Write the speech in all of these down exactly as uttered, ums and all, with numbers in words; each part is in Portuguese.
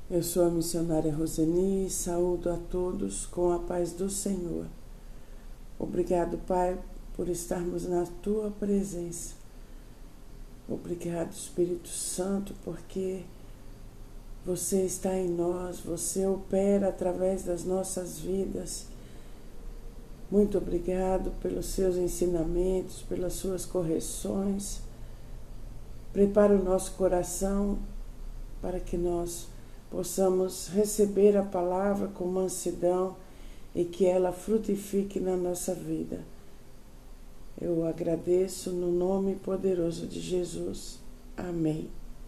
Eu sou a missionária Roseni e saúdo a todos com a paz do Senhor. Obrigado, Pai, por estarmos na Tua presença. Obrigado, Espírito Santo, porque Você está em nós, Você opera através das nossas vidas. Muito obrigado pelos Seus ensinamentos, pelas Suas correções. Prepara o nosso coração para que nós possamos receber a palavra com mansidão e que ela frutifique na nossa vida. Eu agradeço no nome poderoso de Jesus. Amém.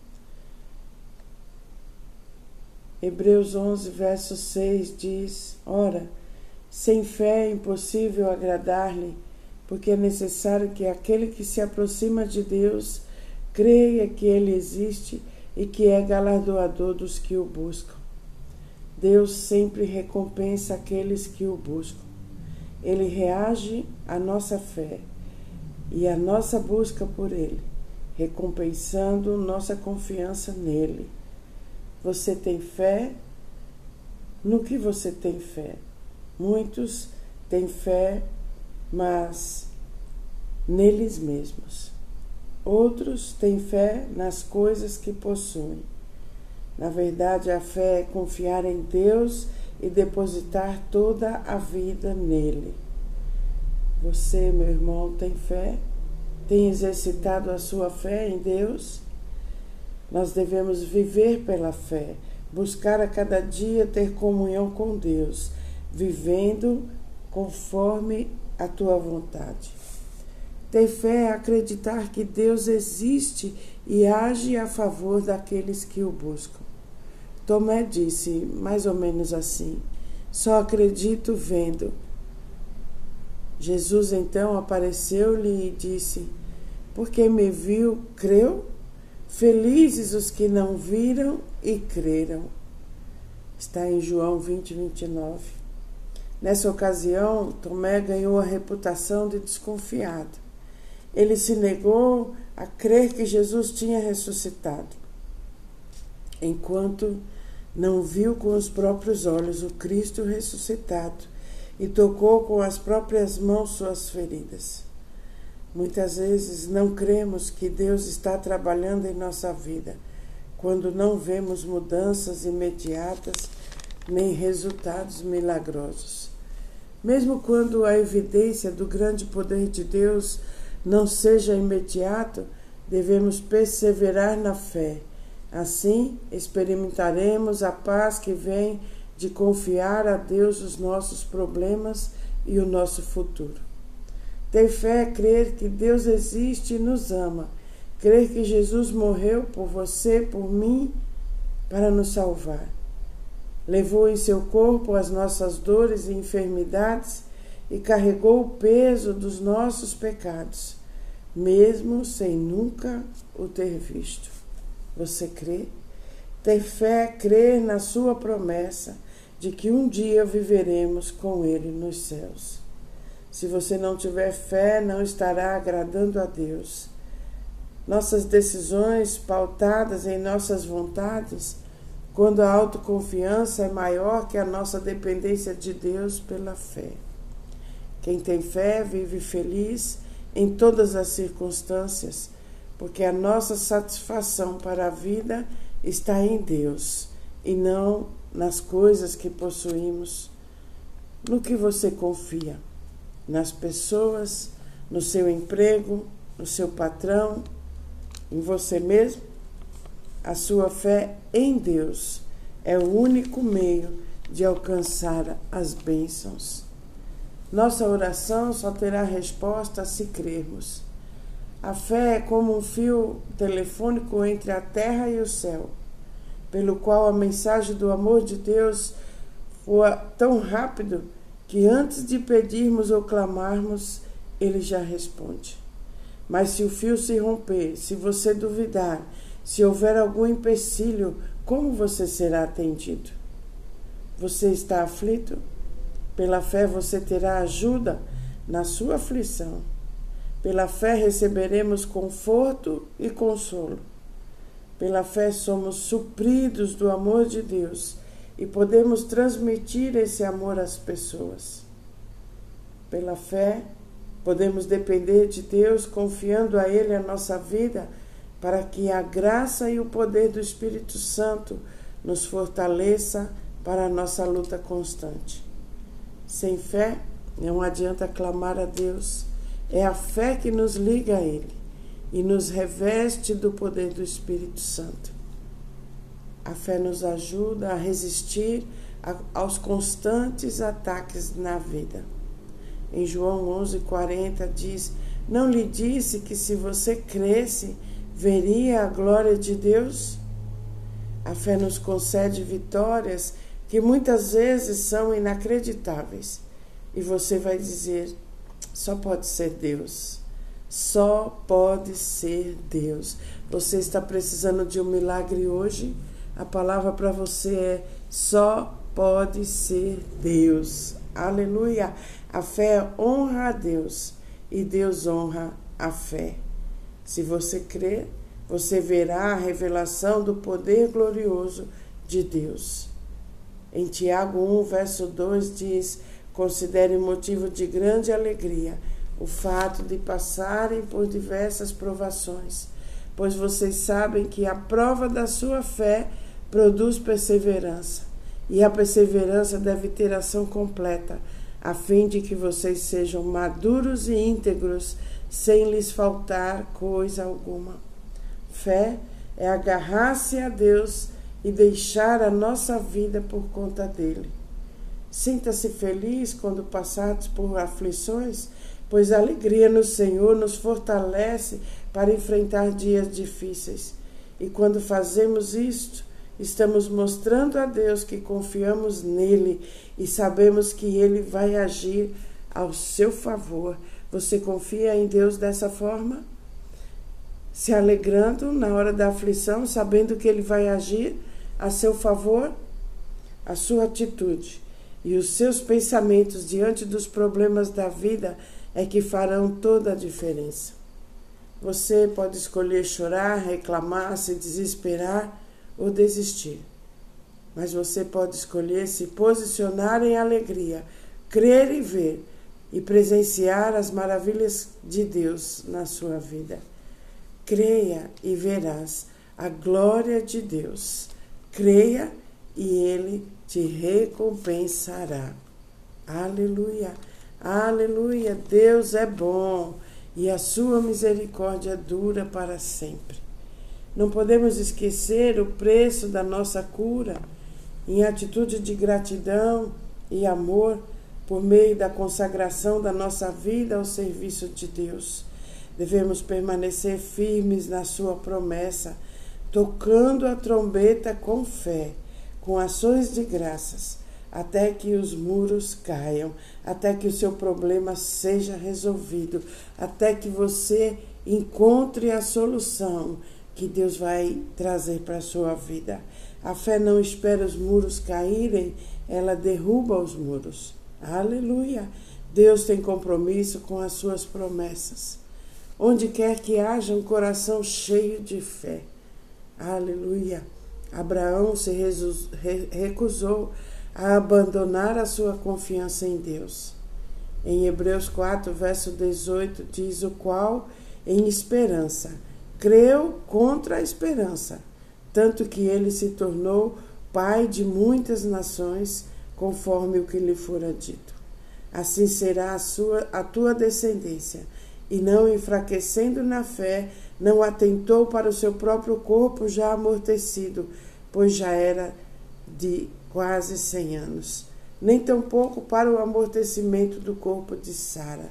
Hebreus onze, verso seis diz: Ora, sem fé é impossível agradar-lhe, porque é necessário que aquele que se aproxima de Deus creia que Ele existe e que é galardoador dos que o buscam. Deus sempre recompensa aqueles que o buscam. Ele reage à nossa fé e à nossa busca por Ele, recompensando nossa confiança nele. Você tem fé? No que você tem fé? Muitos têm fé, mas neles mesmos. Outros têm fé nas coisas que possuem. Na verdade, a fé é confiar em Deus e depositar toda a vida nele. Você, meu irmão, tem fé? Tem exercitado a sua fé em Deus? Nós devemos viver pela fé, buscar a cada dia ter comunhão com Deus, vivendo conforme a tua vontade. Ter fé é acreditar que Deus existe e age a favor daqueles que o buscam. Tomé disse mais ou menos assim: só acredito vendo. Jesus então apareceu-lhe e disse: porque me viu, creu? Felizes os que não viram e creram. Está em João vinte, vinte e nove. Nessa ocasião, Tomé ganhou a reputação de desconfiado. Ele se negou a crer que Jesus tinha ressuscitado, enquanto não viu com os próprios olhos o Cristo ressuscitado e tocou com as próprias mãos suas feridas. Muitas vezes não cremos que Deus está trabalhando em nossa vida, quando não vemos mudanças imediatas nem resultados milagrosos. Mesmo quando a evidência do grande poder de Deus não seja imediato, devemos perseverar na fé. Assim, experimentaremos a paz que vem de confiar a Deus os nossos problemas e o nosso futuro. Ter fé é crer que Deus existe e nos ama, crer que Jesus morreu por você, por mim, para nos salvar. Levou em seu corpo as nossas dores e enfermidades e carregou o peso dos nossos pecados, mesmo sem nunca o ter visto. Você crê? Ter fé é crer na sua promessa de que um dia viveremos com Ele nos céus. Se você não tiver fé, não estará agradando a Deus. Nossas decisões pautadas em nossas vontades, quando a autoconfiança é maior que a nossa dependência de Deus pela fé. Quem tem fé vive feliz em todas as circunstâncias, porque a nossa satisfação para a vida está em Deus e não nas coisas que possuímos. No que você confia? Nas pessoas, no seu emprego, no seu patrão, em você mesmo? A sua fé em Deus é o único meio de alcançar as bênçãos. Nossa oração só terá resposta se crermos. A fé é como um fio telefônico entre a terra e o céu, pelo qual a mensagem do amor de Deus voa tão rápido que antes de pedirmos ou clamarmos, Ele já responde. Mas se o fio se romper, se você duvidar, se houver algum empecilho, como você será atendido? Você está aflito? Pela fé você terá ajuda na sua aflição. Pela fé receberemos conforto e consolo. Pela fé somos supridos do amor de Deus e podemos transmitir esse amor às pessoas. Pela fé, podemos depender de Deus, confiando a Ele a nossa vida, para que a graça e o poder do Espírito Santo nos fortaleça para a nossa luta constante. Sem fé, não adianta clamar a Deus. É a fé que nos liga a Ele e nos reveste do poder do Espírito Santo. A fé nos ajuda a resistir aos constantes ataques na vida. Em João onze, quarenta diz: não lhe disse que se você cresce, veria a glória de Deus? A fé nos concede vitórias que muitas vezes são inacreditáveis. E você vai dizer: só pode ser Deus. Só pode ser Deus. Você está precisando de um milagre hoje? A palavra para você é: só pode ser Deus. Aleluia! A fé honra a Deus e Deus honra a fé. Se você crer, você verá a revelação do poder glorioso de Deus. Em Tiago um, verso dois diz: considere motivo de grande alegria o fato de passarem por diversas provações, pois vocês sabem que a prova da sua fé produz perseverança, e a perseverança deve ter ação completa, a fim de que vocês sejam maduros e íntegros, sem lhes faltar coisa alguma. Fé é agarrar-se a Deus e deixar a nossa vida por conta dele. Sinta-se feliz quando passados por aflições, pois a alegria no Senhor nos fortalece para enfrentar dias difíceis. E quando fazemos isto, estamos mostrando a Deus que confiamos nele e sabemos que ele vai agir ao seu favor. Você confia em Deus dessa forma? Se alegrando na hora da aflição, sabendo que ele vai agir a seu favor? A sua atitude e os seus pensamentos diante dos problemas da vida é que farão toda a diferença. Você pode escolher chorar, reclamar, se desesperar ou desistir. Mas você pode escolher se posicionar em alegria, crer e ver e presenciar as maravilhas de Deus na sua vida. Creia e verás a glória de Deus. Creia e Ele te recompensará. Aleluia, aleluia. Deus é bom e a sua misericórdia dura para sempre. Não podemos esquecer o preço da nossa cura em atitude de gratidão e amor por meio da consagração da nossa vida ao serviço de Deus. Devemos permanecer firmes na sua promessa, tocando a trombeta com fé, com ações de graças, até que os muros caiam, até que o seu problema seja resolvido, até que você encontre a solução que Deus vai trazer para a sua vida. A fé não espera os muros caírem, ela derruba os muros. Aleluia! Deus tem compromisso com as suas promessas. Onde quer que haja um coração cheio de fé. Aleluia! Abraão se recusou a abandonar a sua confiança em Deus. Em Hebreus quatro, verso dezoito, diz: o qual, em esperança, creu contra a esperança, tanto que ele se tornou pai de muitas nações, conforme o que lhe fora dito. Assim será a, sua, a tua descendência. E não enfraquecendo na fé, não atentou para o seu próprio corpo já amortecido, pois já era de quase cem anos, nem tampouco para o amortecimento do corpo de Sara.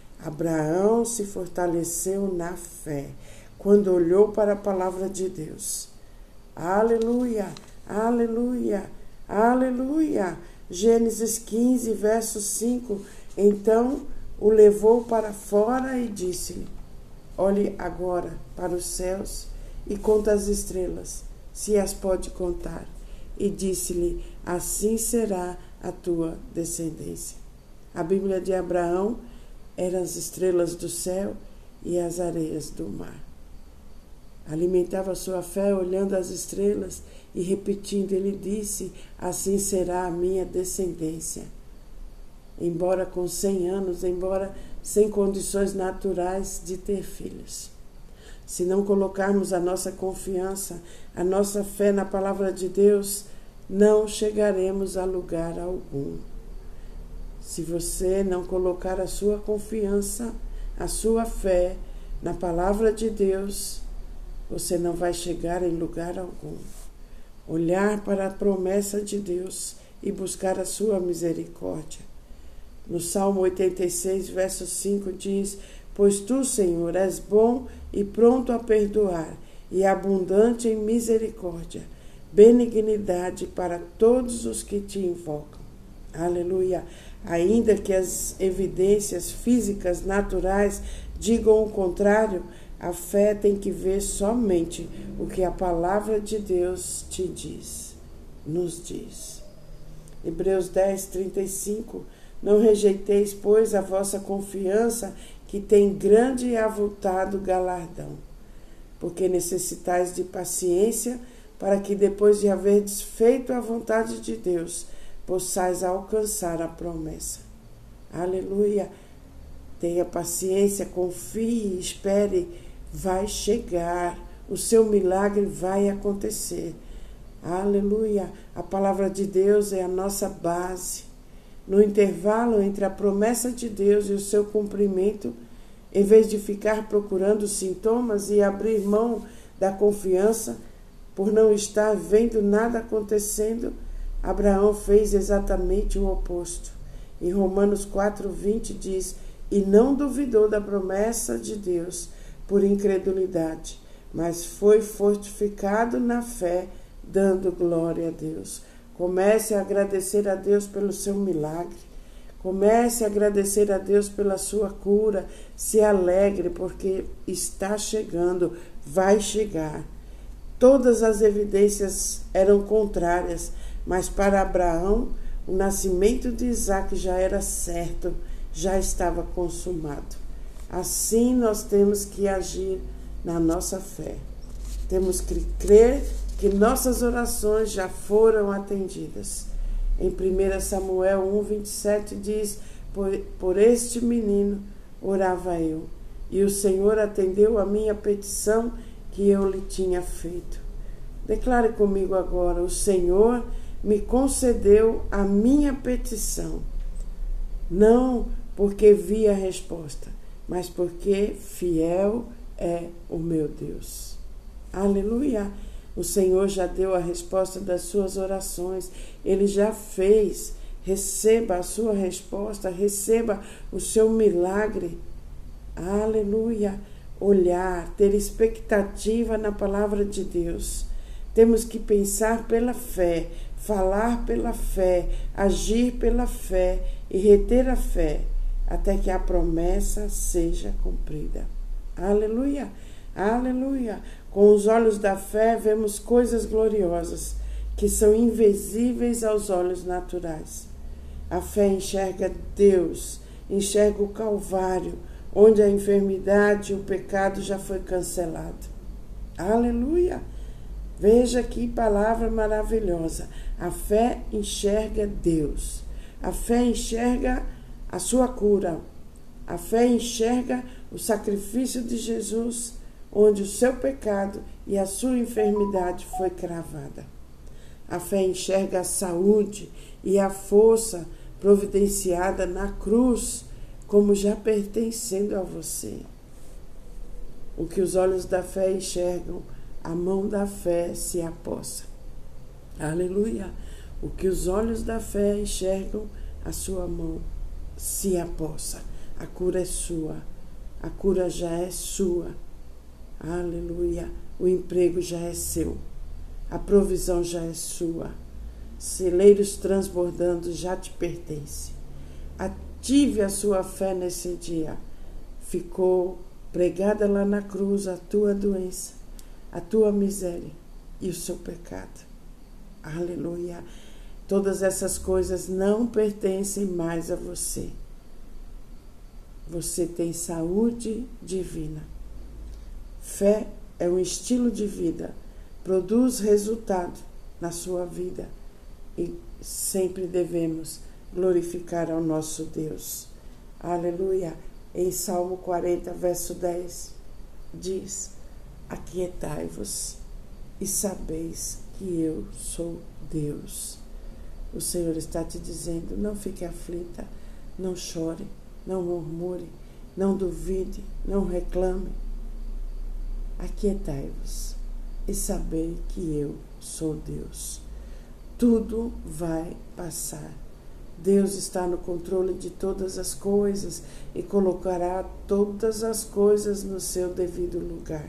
Abraão se fortaleceu na fé, quando olhou para a palavra de Deus. Aleluia, aleluia, aleluia. Gênesis quinze, verso cinco. Então o levou para fora e disse-lhe: olhe agora para os céus e conta as estrelas, se as pode contar. E disse-lhe: assim será a tua descendência. A Bíblia de Abraão eram as estrelas do céu e as areias do mar. Alimentava sua fé olhando as estrelas e repetindo, ele disse, assim será a minha descendência. Embora com cem anos, embora sem condições naturais de ter filhos. Se não colocarmos a nossa confiança, a nossa fé na palavra de Deus, não chegaremos a lugar algum. Se você não colocar a sua confiança, a sua fé na palavra de Deus, você não vai chegar em lugar algum. Olhar para a promessa de Deus e buscar a sua misericórdia. No Salmo oitenta e seis, verso cinco diz, pois tu, Senhor, és bom e pronto a perdoar e abundante em misericórdia, benignidade para todos os que te invocam. Aleluia! Ainda que as evidências físicas naturais digam o contrário, a fé tem que ver somente o que a palavra de Deus te diz, nos diz. Hebreus dez, trinta e cinco, não rejeiteis, pois, a vossa confiança, que tem grande e avultado galardão, porque necessitais de paciência, para que depois de haverdes feito a vontade de Deus, possais alcançar a promessa. Aleluia! Tenha paciência, confie, espere, vai chegar, o seu milagre vai acontecer. Aleluia! A palavra de Deus é a nossa base. No intervalo entre a promessa de Deus e o seu cumprimento, em vez de ficar procurando sintomas e abrir mão da confiança, por não estar vendo nada acontecendo, Abraão fez exatamente o oposto. Em Romanos quatro, vinte diz, e não duvidou da promessa de Deus por incredulidade, mas foi fortificado na fé, dando glória a Deus. Comece a agradecer a Deus pelo seu milagre. Comece a agradecer a Deus pela sua cura. Se alegre, porque está chegando, vai chegar. Todas as evidências eram contrárias, mas para Abraão, o nascimento de Isaque já era certo, já estava consumado. Assim nós temos que agir na nossa fé. Temos que crer que nossas orações já foram atendidas. Em primeiro Samuel um, vinte e sete diz, por, por este menino orava eu, e o Senhor atendeu a minha petição que eu lhe tinha feito. Declare comigo agora, o Senhor me concedeu a minha petição, não porque vi a resposta, mas porque fiel é o meu Deus. Aleluia! O Senhor já deu a resposta das suas orações. Ele já fez. Receba a sua resposta. Receba o seu milagre. Aleluia! Olhar, ter expectativa na palavra de Deus. Temos que pensar pela fé, falar pela fé, agir pela fé e reter a fé, até que a promessa seja cumprida. Aleluia! Aleluia! Com os olhos da fé vemos coisas gloriosas que são invisíveis aos olhos naturais. A fé enxerga Deus, enxerga o Calvário, onde a enfermidade e o pecado já foi cancelado. Aleluia! Veja que palavra maravilhosa. A fé enxerga Deus. A fé enxerga a sua cura. A fé enxerga o sacrifício de Jesus, onde o seu pecado e a sua enfermidade foi cravada. A fé enxerga a saúde e a força providenciada na cruz, como já pertencendo a você. O que os olhos da fé enxergam, a mão da fé se apossa. Aleluia! O que os olhos da fé enxergam, a sua mão se apossa. A cura é sua. A cura já é sua. Aleluia! O emprego já é seu. A provisão já é sua. Celeiros transbordando já te pertence. Ative a sua fé nesse dia. Ficou pregada lá na cruz a tua doença, a tua miséria e o seu pecado. Aleluia! Todas essas coisas não pertencem mais a você. Você tem saúde divina. Fé é um estilo de vida, produz resultado na sua vida e sempre devemos glorificar ao nosso Deus. Aleluia! Em Salmo quarenta, verso dez, diz: aquietai-vos e sabeis que eu sou Deus. O Senhor está te dizendo: não fique aflita, não chore, não murmure, não duvide, não reclame. Aquietai-vos e sabei que eu sou Deus. Tudo vai passar. Deus está no controle de todas as coisas e colocará todas as coisas no seu devido lugar.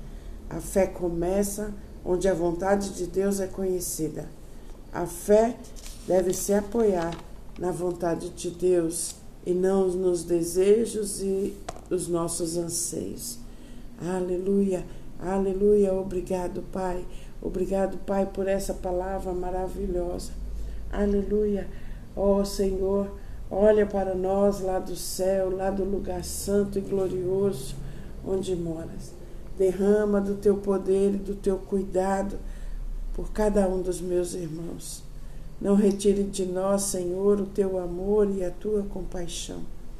A fé começa onde a vontade de Deus é conhecida. A fé deve se apoiar na vontade de Deus e não nos desejos e os nossos anseios. Aleluia, aleluia, obrigado, Pai. Obrigado, Pai, por essa palavra maravilhosa. Aleluia. Ó Senhor, olha para nós lá do céu, lá do lugar santo e glorioso onde moras. Derrama do teu poder e do teu cuidado por cada um dos meus irmãos. Não retire de nós, Senhor, o teu amor e a tua compaixão.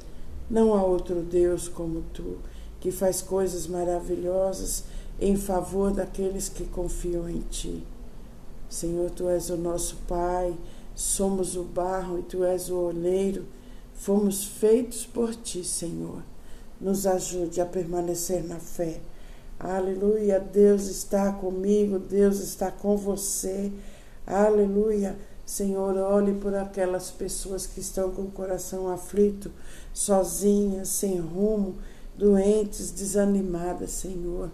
Não há outro Deus como tu, que faz coisas maravilhosas em favor daqueles que confiam em ti. Senhor, tu és o nosso Pai, somos o barro e tu és o oleiro. Fomos feitos por ti, Senhor. Nos ajude a permanecer na fé. Aleluia, Deus está comigo, Deus está com você. Aleluia. Senhor, olhe por aquelas pessoas que estão com o coração aflito, sozinhas, sem rumo, doentes, desanimadas, Senhor.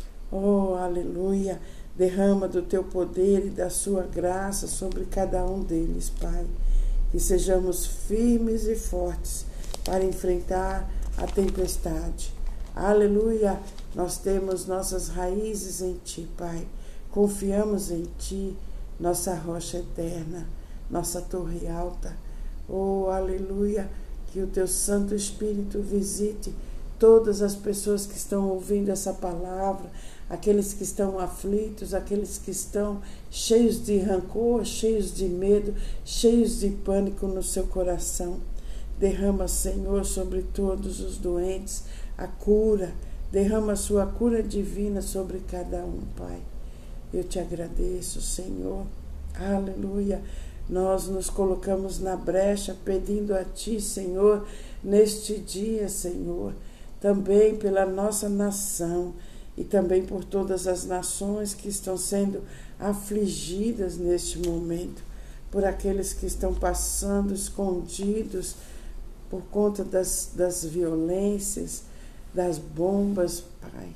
Oh, aleluia. Derrama do teu poder e da sua graça sobre cada um deles, Pai. Que sejamos firmes e fortes para enfrentar a tempestade. Aleluia. Nós temos nossas raízes em ti, Pai. Confiamos em ti, nossa rocha eterna, nossa torre alta. Oh, aleluia. Que o teu Santo Espírito visite todas as pessoas que estão ouvindo essa palavra, aqueles que estão aflitos, aqueles que estão cheios de rancor, cheios de medo, cheios de pânico no seu coração. Derrama, Senhor, sobre todos os doentes a cura. Derrama a sua cura divina sobre cada um, Pai. Eu te agradeço, Senhor. Aleluia. Nós nos colocamos na brecha pedindo a ti, Senhor, neste dia, Senhor, também pela nossa nação e também por todas as nações que estão sendo afligidas neste momento, por aqueles que estão passando escondidos por conta das, das violências, das bombas, Pai.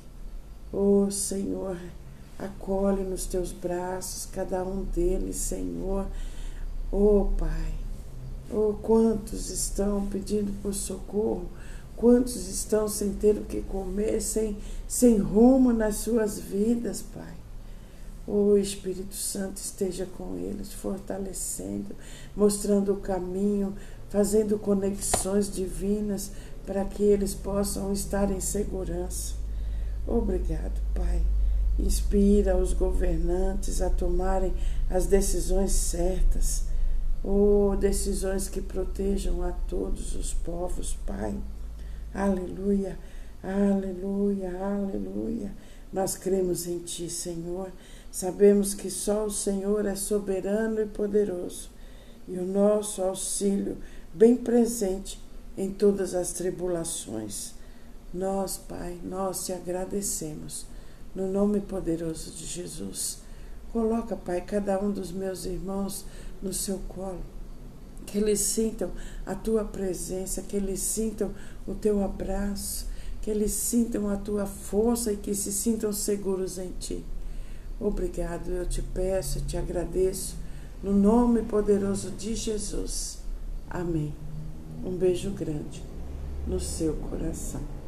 Oh, Senhor, acolhe nos teus braços cada um deles, Senhor. Oh, Pai, oh, quantos estão pedindo por socorro, quantos estão sem ter o que comer, sem, sem rumo nas suas vidas, Pai. Oh, Espírito Santo, esteja com eles, fortalecendo, mostrando o caminho, fazendo conexões divinas para que eles possam estar em segurança. Obrigado, Pai. Inspira os governantes a tomarem as decisões certas, oh, decisões que protejam a todos os povos, Pai. Aleluia, aleluia, aleluia. Nós cremos em ti, Senhor. Sabemos que só o Senhor é soberano e poderoso e o nosso auxílio bem presente em todas as tribulações. Nós, Pai, nós te agradecemos. No nome poderoso de Jesus. Coloca, Pai, cada um dos meus irmãos no seu colo. Que eles sintam a tua presença, que eles sintam o teu abraço, que eles sintam a tua força e que se sintam seguros em ti. Obrigado, eu te peço, eu te agradeço. No nome poderoso de Jesus. Amém. Um beijo grande no seu coração.